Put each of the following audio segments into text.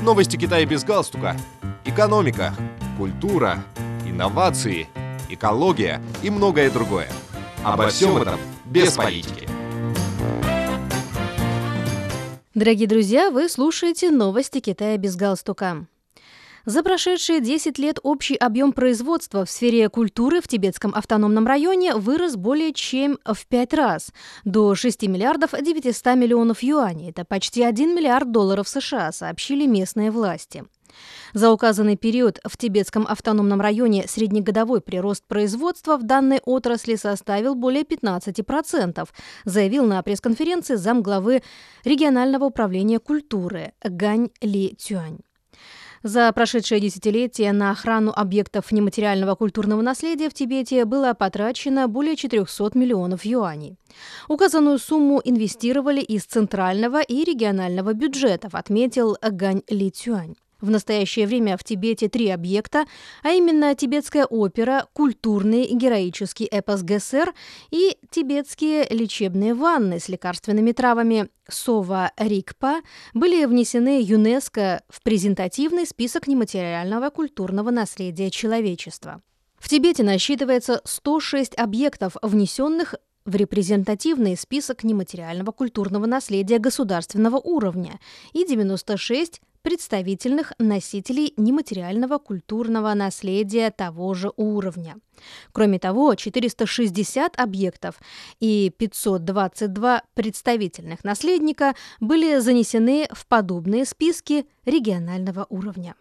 Новости Китая без галстука. Экономика, культура, инновации, экология и многое другое. Обо всем этом без политики. Дорогие друзья, вы слушаете новости Китая без галстука. За прошедшие 10 лет общий объем производства в сфере культуры в Тибетском автономном районе вырос более чем в 5 раз, до 6 миллиардов 900 миллионов юаней. Это почти 1 миллиард долларов США, сообщили местные власти. За указанный период в Тибетском автономном районе среднегодовой прирост производства в данной отрасли составил более 15%, заявил на пресс-конференции замглавы регионального управления культуры Гань Ли Цюань. За прошедшее десятилетие на охрану объектов нематериального культурного наследия в Тибете было потрачено более 400 миллионов юаней. Указанную сумму инвестировали из центрального и регионального бюджетов, отметил Гань Ли Цюань. В настоящее время в Тибете 3 объекта, а именно тибетская опера, культурный героический эпос ГСР и тибетские лечебные ванны с лекарственными травами Сова Рикпа, были внесены ЮНЕСКО в презентативный список нематериального культурного наследия человечества. В Тибете насчитывается 106 объектов, внесенных в репрезентативный список нематериального культурного наследия государственного уровня, и 96 представительных носителей нематериального культурного наследия того же уровня. Кроме того, 460 объектов и 522 представительных наследника были занесены в подобные списки регионального уровня.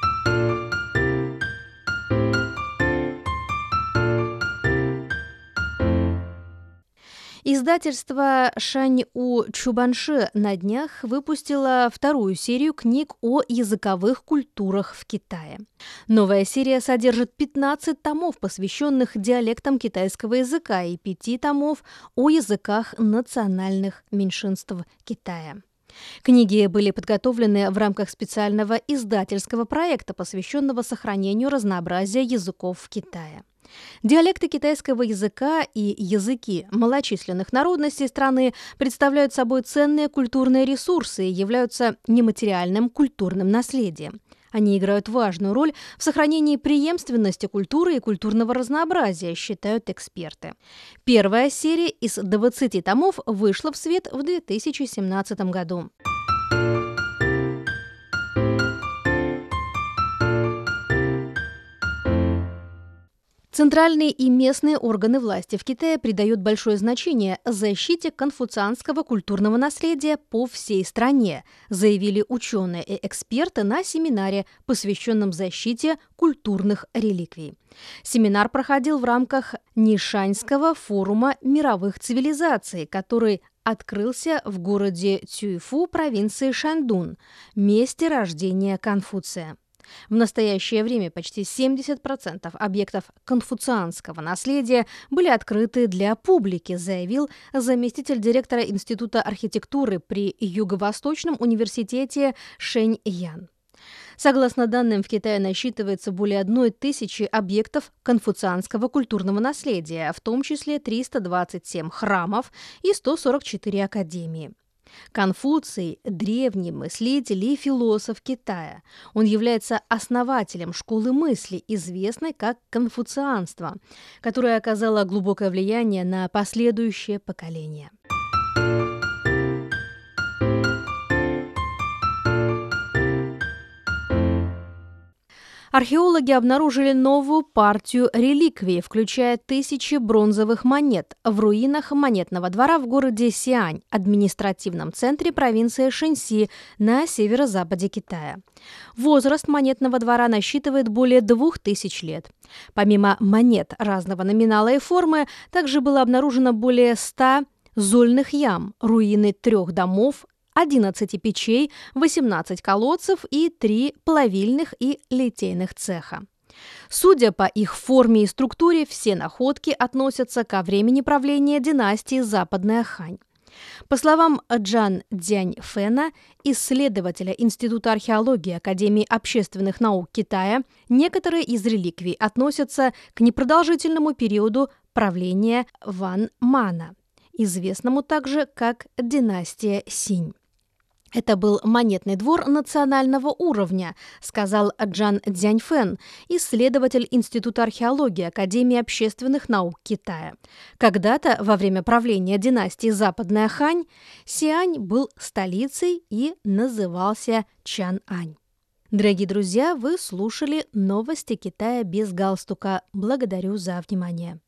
Издательство Шаньу Чубанши на днях выпустило вторую серию книг о языковых культурах в Китае. Новая серия содержит 15 томов, посвященных диалектам китайского языка, и 5 томов о языках национальных меньшинств Китая. Книги были подготовлены в рамках специального издательского проекта, посвященного сохранению разнообразия языков в Китае. Диалекты китайского языка и языки малочисленных народностей страны представляют собой ценные культурные ресурсы и являются нематериальным культурным наследием. Они играют важную роль в сохранении преемственности культуры и культурного разнообразия, считают эксперты. Первая серия из 20 томов вышла в свет в 2017 году. Центральные и местные органы власти в Китае придают большое значение защите конфуцианского культурного наследия по всей стране, заявили ученые и эксперты на семинаре, посвященном защите культурных реликвий. Семинар проходил в рамках Нишаньского форума мировых цивилизаций, который открылся в городе Цюйфу, провинции Шаньдун, месте рождения Конфуция. В настоящее время почти 70% объектов конфуцианского наследия были открыты для публики, заявил заместитель директора Института архитектуры при Юго-Восточном университете Шэнь Ян. Согласно данным, в Китае насчитывается более 1000 объектов конфуцианского культурного наследия, в том числе 327 храмов и 144 академии. Конфуций – древний мыслитель и философ Китая. Он является основателем школы мысли, известной как конфуцианство, которая оказала глубокое влияние на последующие поколения. Археологи обнаружили новую партию реликвий, включая 1000 бронзовых монет в руинах монетного двора в городе Сиань, административном центре провинции Шэньси на северо-западе Китая. Возраст монетного двора насчитывает более 2000 лет. Помимо монет разного номинала и формы, также было обнаружено более 100 зольных ям, руины 3 домов, 11 печей, 18 колодцев и 3 плавильных и литейных цеха. Судя по их форме и структуре, все находки относятся ко времени правления династии Западная Хань. По словам Джан Дзяньфэна, исследователя Института археологии Академии общественных наук Китая, некоторые из реликвий относятся к непродолжительному периоду правления Ван Мана, известному также как династия Синь. Это был монетный двор национального уровня, сказал Джан Цзяньфэн, исследователь Института археологии Академии общественных наук Китая. Когда-то, во время правления династии Западная Хань, Сиань был столицей и назывался Чанань. Дорогие друзья, вы слушали новости Китая без галстука. Благодарю за внимание.